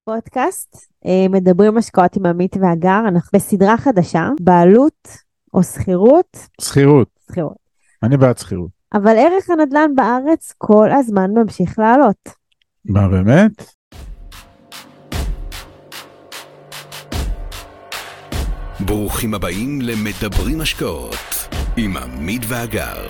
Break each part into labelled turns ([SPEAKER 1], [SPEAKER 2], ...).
[SPEAKER 1] פודקאסט, מדברים השקעות עם עמית והגר, אנחנו בסדרה חדשה, בעלות או שכירות,
[SPEAKER 2] שכירות.
[SPEAKER 1] שכירות.
[SPEAKER 2] אני בעד שכירות.
[SPEAKER 1] אבל ערך הנדל"ן בארץ כל הזמן ממשיך לעלות.
[SPEAKER 2] מה באמת?
[SPEAKER 3] ברוכים הבאים למדברים השקעות עם עמית והגר.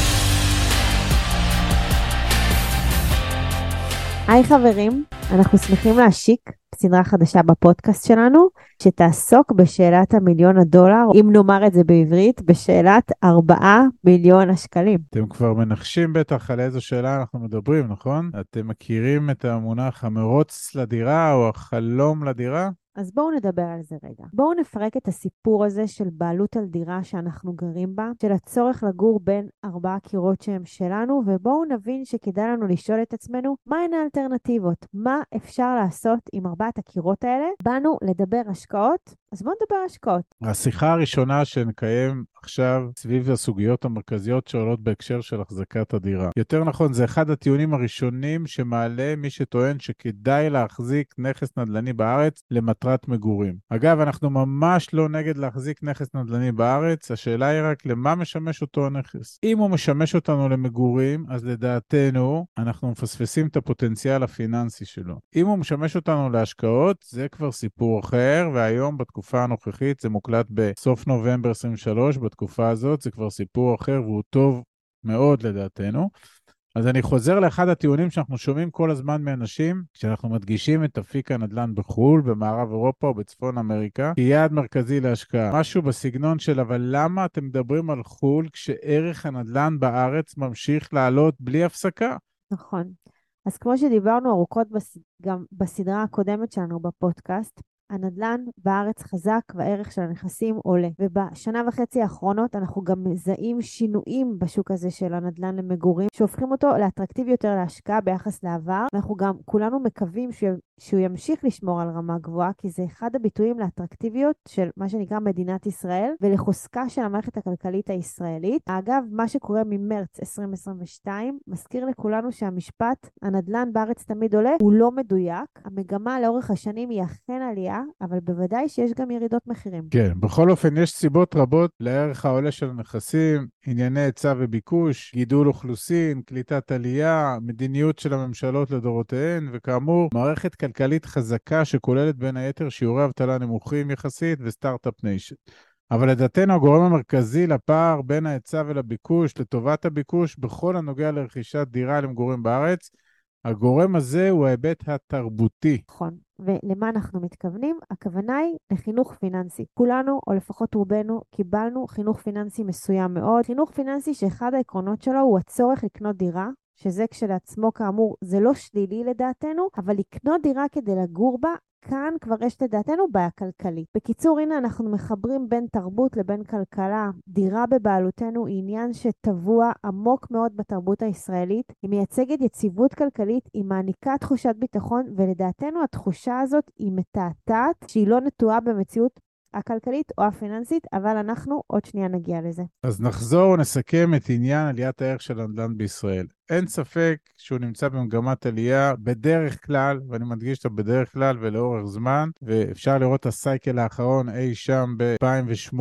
[SPEAKER 1] היי חברים, אנחנו שמחים להשיק סדרה חדשה בפודקאסט שלנו, שתעסוק בשאלת $1,000,000, אם נאמר את זה בעברית, בשאלת 4,000,000 השקלים.
[SPEAKER 2] אתם כבר מנחשים בטח על איזו שאלה אנחנו מדברים, נכון? אתם מכירים את המונח המרוץ לדירה או החלום לדירה?
[SPEAKER 1] אז בואו נדבר על זה רגע. בואו נפרק את הסיפור הזה של בעלות על דירה שאנחנו גרים בה, של הצורך לגור בין 4 קירות שהם שלנו, ובואו נבין שכדאי לנו לשאול את עצמנו, מהן האלטרנטיבות? מה אפשר לעשות עם 4 הקירות האלה? באנו לדבר השקעות, אז בואו נדבר השקעות.
[SPEAKER 2] השיחה הראשונה שנקיים עכשיו סביב הסוגיות המרכזיות שעולות בהקשר של החזקת הדירה. יותר נכון, זה אחד הטיעונים הראשונים שמעלה מי שטוען שכדאי להחזיק נכס נדל"ני בארץ למטרת מגורים. אגב, אנחנו ממש לא נגד להחזיק נכס נדל"ני בארץ, השאלה היא רק למה משמש אותו הנכס. אם הוא משמש אותנו למגורים, אז לדעתנו אנחנו מפספסים את הפוטנציאל הפיננסי שלו. אם הוא משמש אותנו להשקעות, זה כבר סיפור אחר, והיום בתקופה הנוכחית זה מוקלט בסוף נובמבר 23, בתקופה הזאת זה כבר סיפור אחר והוא טוב מאוד לדעתנו. אז אני חוזר לאחד הטיעונים שאנחנו שומעים כל הזמן מאנשים, כשאנחנו מדגישים את אפיק הנדל"ן בחו"ל, במערב אירופה או בצפון אמריקה, כיעד מרכזי להשקעה. משהו בסגנון של, אבל למה אתם מדברים על חו"ל כשערך הנדל"ן בארץ ממשיך לעלות בלי הפסקה?
[SPEAKER 1] נכון. אז כמו שדיברנו ארוכות גם בסדרה הקודמת שלנו בפודקאסט, הנדל"ן בארץ חזק והערך של הנכסים עולה. ובשנה וחצי האחרונות אנחנו גם מזהים שינויים בשוק הזה של הנדל"ן למגורים, שהופכים אותו לאטרקטיבי יותר להשקעה ביחס לעבר, ואנחנו גם כולנו מקווים שהוא ימשיך לשמור על רמה גבוהה, כי זה אחד הביטויים לאטרקטיביות של מה שנקרא מדינת ישראל, ולחוזקה של המערכת הכלכלית הישראלית. אגב, מה שקורה ממרץ 2022, מזכיר לכולנו שהמשפט, הנדל"ן בארץ תמיד עולה, הוא לא מדויק. המגמה לאורך השנים היא אכן עלייה, אבל בוודאי שיש גם ירידות מחירים.
[SPEAKER 2] כן, בכל אופן יש סיבות רבות לערך העולה של הנכסים, ענייני היצע וביקוש, גידול אוכלוסין, קליטת עלייה, מדיניות של הממשלות לדורותיהן, וכאמור, מערכת כלכלית חזקה שכוללת בין היתר שיעורי אבטלה נמוכים יחסית וסטארט-אפ ניישן. אבל לדעתנו הגורם המרכזי לפער בין ההיצע ולביקוש, לטובת הביקוש, בכל הנוגע לרכישת דירה למגורים בארץ, הגורם הזה הוא ההיבט התרבותי.
[SPEAKER 1] נכון. ולמה אנחנו מתכוונים? הכוונה היא לחינוך פיננסי. כולנו, או לפחות רובנו, קיבלנו חינוך פיננסי מסוים מאוד. חינוך פיננסי שאחד העקרונות שלו הוא הצורך לקנות דירה, שזה כשלעצמו כאמור, זה לא שלילי לדעתנו, אבל לקנות דירה כדי לגור בה, כאן כבר יש לדעתנו בעיה כלכלית. בקיצור, הנה אנחנו מחברים בין תרבות לבין כלכלה. דירה בבעלותנו היא עניין שטבוע עמוק מאוד בתרבות הישראלית. היא מייצגת יציבות כלכלית, היא מעניקה תחושת ביטחון, ולדעתנו התחושה הזאת היא מתעתעת, שהיא לא נטועה במציאות הכלכלית או הפיננסית, אבל אנחנו עוד שנייה נגיע לזה.
[SPEAKER 2] אז נחזור ונסכם את עניין עליית הערך של הנדל"ן בישראל. אין ספק שהוא נמצא במגמת עלייה בדרך כלל, ואני מדגיש את בדרך כלל ולאורך זמן, ואפשר לראות את הסייקל האחרון אי שם ב-2008,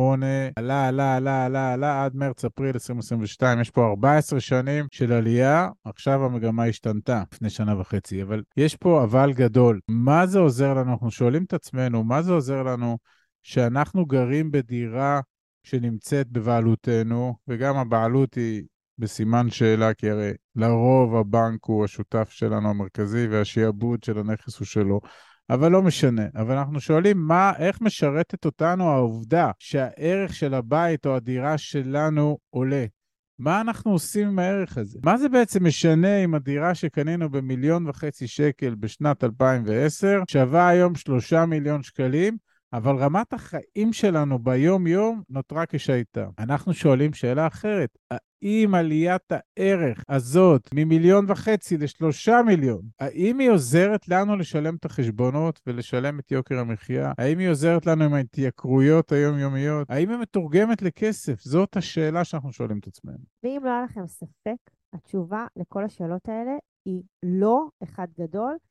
[SPEAKER 2] עלה עד מרץ-אפריל 2022, יש פה 14 שנים של עלייה, עכשיו המגמה השתנתה לפני שנה וחצי, אבל יש פה אבל גדול. מה זה עוזר לנו? אנחנו שואלים את עצמנו, מה זה עוזר לנו שאנחנו גרים בדירה שנמצאת בבעלותנו, וגם הבעלות היא בסימן שאלה, כי הרי לרוב הבנק הוא השותף שלנו המרכזי, והשיעבוד של הנכס הוא שלו, אבל לא משנה. אבל אנחנו שואלים, איך משרתת אותנו העובדה שהערך של הבית או הדירה שלנו עולה? מה אנחנו עושים עם הערך הזה? מה זה בעצם משנה אם הדירה שקנינו ב1,500,000 שקל בשנת 2010, שווה היום 3,000,000 שקלים, אבל רמת החיים שלנו ביום-יום נותרה כשהייתה. אנחנו שואלים שאלה אחרת, האם עליית הערך הזאת מ1,500,000 ל3,000,000, האם היא עוזרת לנו לשלם את החשבונות ולשלם את יוקר המחיה? האם היא עוזרת לנו עם ההתייקרויות היומיומיות? האם היא מתורגמת לכסף? זאת השאלה שאנחנו שואלים את עצמנו.
[SPEAKER 1] ואם לא היה לכם ספק, התשובה לכל השאלות האלה היא לא אחד גדול,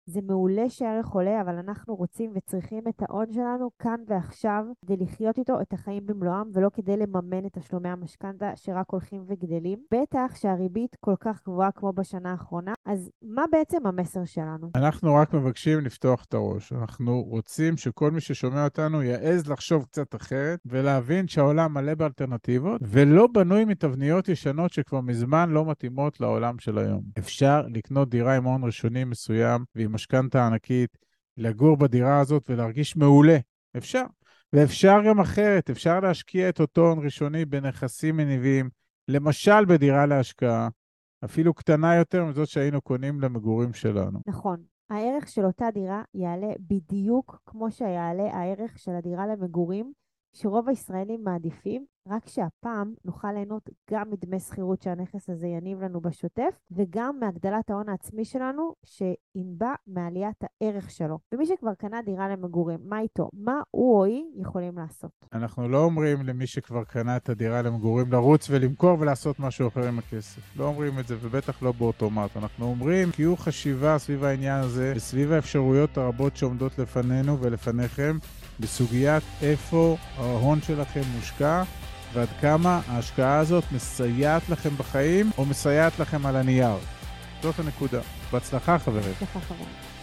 [SPEAKER 1] זה מעולה שהערך עולה, אבל אנחנו רוצים וצריכים את ההון שלנו כאן ועכשיו, כדי לחיות איתו את החיים במלואם, ולא כדי לממן את תשלומי המשכנתה שרק הולכים וגדלים. בטח שהריבית כל כך גבוהה כמו בשנה האחרונה, אז מה בעצם המסר שלנו?
[SPEAKER 2] אנחנו רק מבקשים לפתוח את הראש. אנחנו רוצים שכל מי ששומע אותנו יעז לחשוב קצת אחרת, ולהבין שהעולם מלא באלטרנטיבות, ולא בנוי מתבניות ישנות שכבר מזמן לא מתאימות לעולם של היום. אפשר לקנות דירה עם הון ראשוני מסוים, ועם משכנתה ענקית, לגור בדירה הזאת ולהרגיש מעולה. אפשר. ואפשר גם אחרת, אפשר להשקיע את אותו הון ראשוני בנכסים מניבים, למשל בדירה להשקעה, אפילו קטנה יותר מזאת שהיינו קונים למגורים שלנו.
[SPEAKER 1] נכון. הערך של אותה דירה יעלה בדיוק כמו שיעלה הערך של הדירה למגורים, שרוב הישראלים מעדיפים, רק שהפעם נוכל ליהנות גם מדמי שכירות שהנכס הזה יניב לנו בשוטף, וגם מהגדלת ההון העצמי שלנו, שינבע מעליית הערך שלו. ומי שכבר קנה דירה למגורים, מה איתו? מה הוא או היא יכולים לעשות?
[SPEAKER 2] אנחנו לא אומרים למי שכבר קנה את הדירה למגורים לרוץ ולמכור ולעשות משהו אחר עם הכסף. לא אומרים את זה, ובטח לא באוטומט. אנחנו אומרים, קיו חשיבה סביב העניין הזה, וסביב האפשרויות הרבות שעומדות לפנינו ולפניכם, בסוגיית איפה ההון שלכם מושקע, ועד כמה ההשקעה הזאת מסייעת לכם בחיים, או מסייעת לכם על הנייר. זאת הנקודה. בהצלחה, חברים.
[SPEAKER 1] בהצלחה, חברים.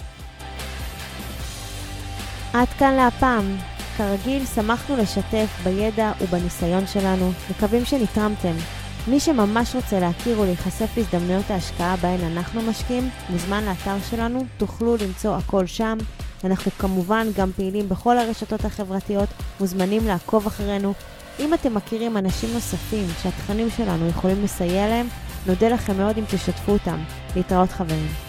[SPEAKER 1] עד כאן להפעם. כרגיל, שמחנו לשתף בידע ובניסיון שלנו. מקווים שנתרמתם. מי שממש רוצה להכיר ולהיחשף להזדמנויות ההשקעה בהן אנחנו משקיעים, מוזמן לאתר שלנו, תוכלו למצוא הכל שם. אנחנו כמובן גם פעילים בכל הרשתות החברתיות, מוזמנים לעקוב אחרינו. אם אתם מכירים אנשים נוספים שהתכנים שלנו יכולים לסייע להם, נודה לכם מאוד אם תשתפו אותם. להתראות חברים.